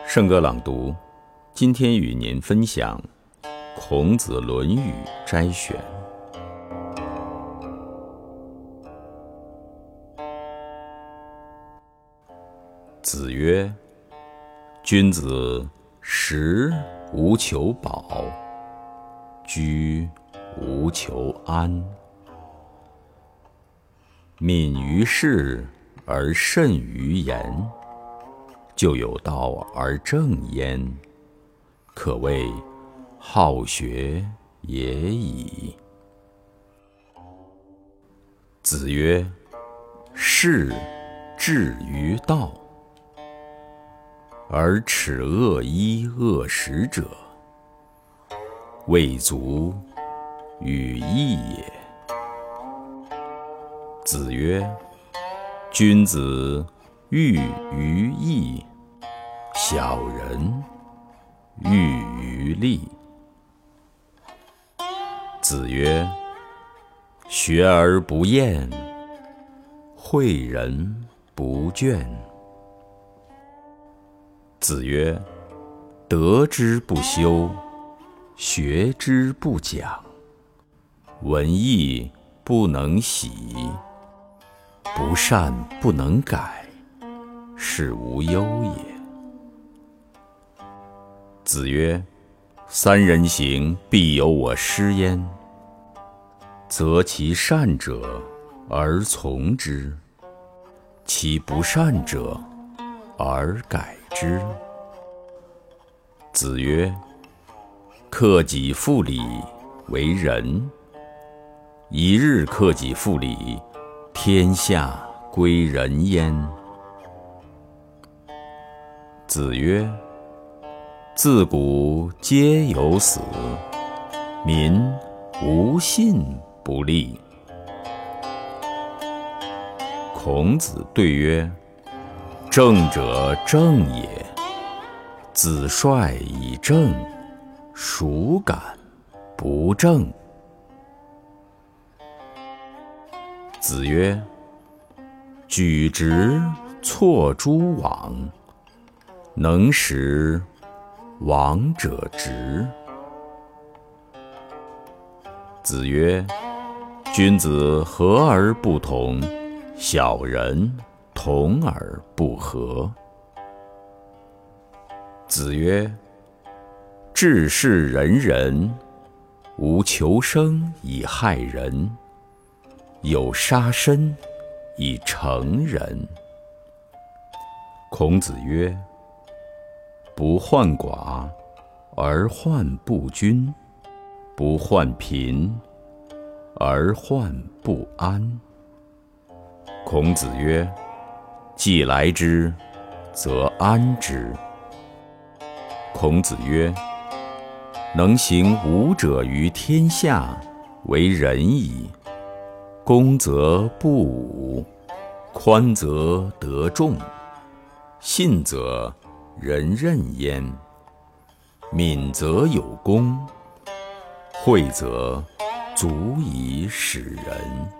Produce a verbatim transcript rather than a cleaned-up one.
圣歌朗读，今天与您分享孔子《论语》摘选。子曰：君子食无求饱，居无求安。敏于事而慎于言，就有道而正焉，可谓好学也已。子曰：士志于道，而耻恶衣恶食者，未足与义也。子曰：君子喻于义，小人喻于利。子曰：学而不厌，诲人不倦。子曰：得之不修，学之不讲，文艺不能习，不善不能改，是无忧也。子曰：三人行，必有我师焉，择其善者而从之，其不善者而改之。子曰：克己复礼为仁，一日克己复礼，天下归仁焉。子曰：自古皆有死，民无信不立。孔子对曰：正者正也，子帅以正，孰敢不正？子曰：举直错诸枉，能使枉者直。子曰：君子和而不同，小人同而不和。子曰：治世仁人，无求生以害人，有杀身以成仁。孔子曰：不患寡而患不均，不患贫而患不安。孔子曰：既来之，则安之。孔子曰：能行武者于天下，为仁矣。恭则不武，宽则得众，信则人任焉，敏则有功，惠则足以使人。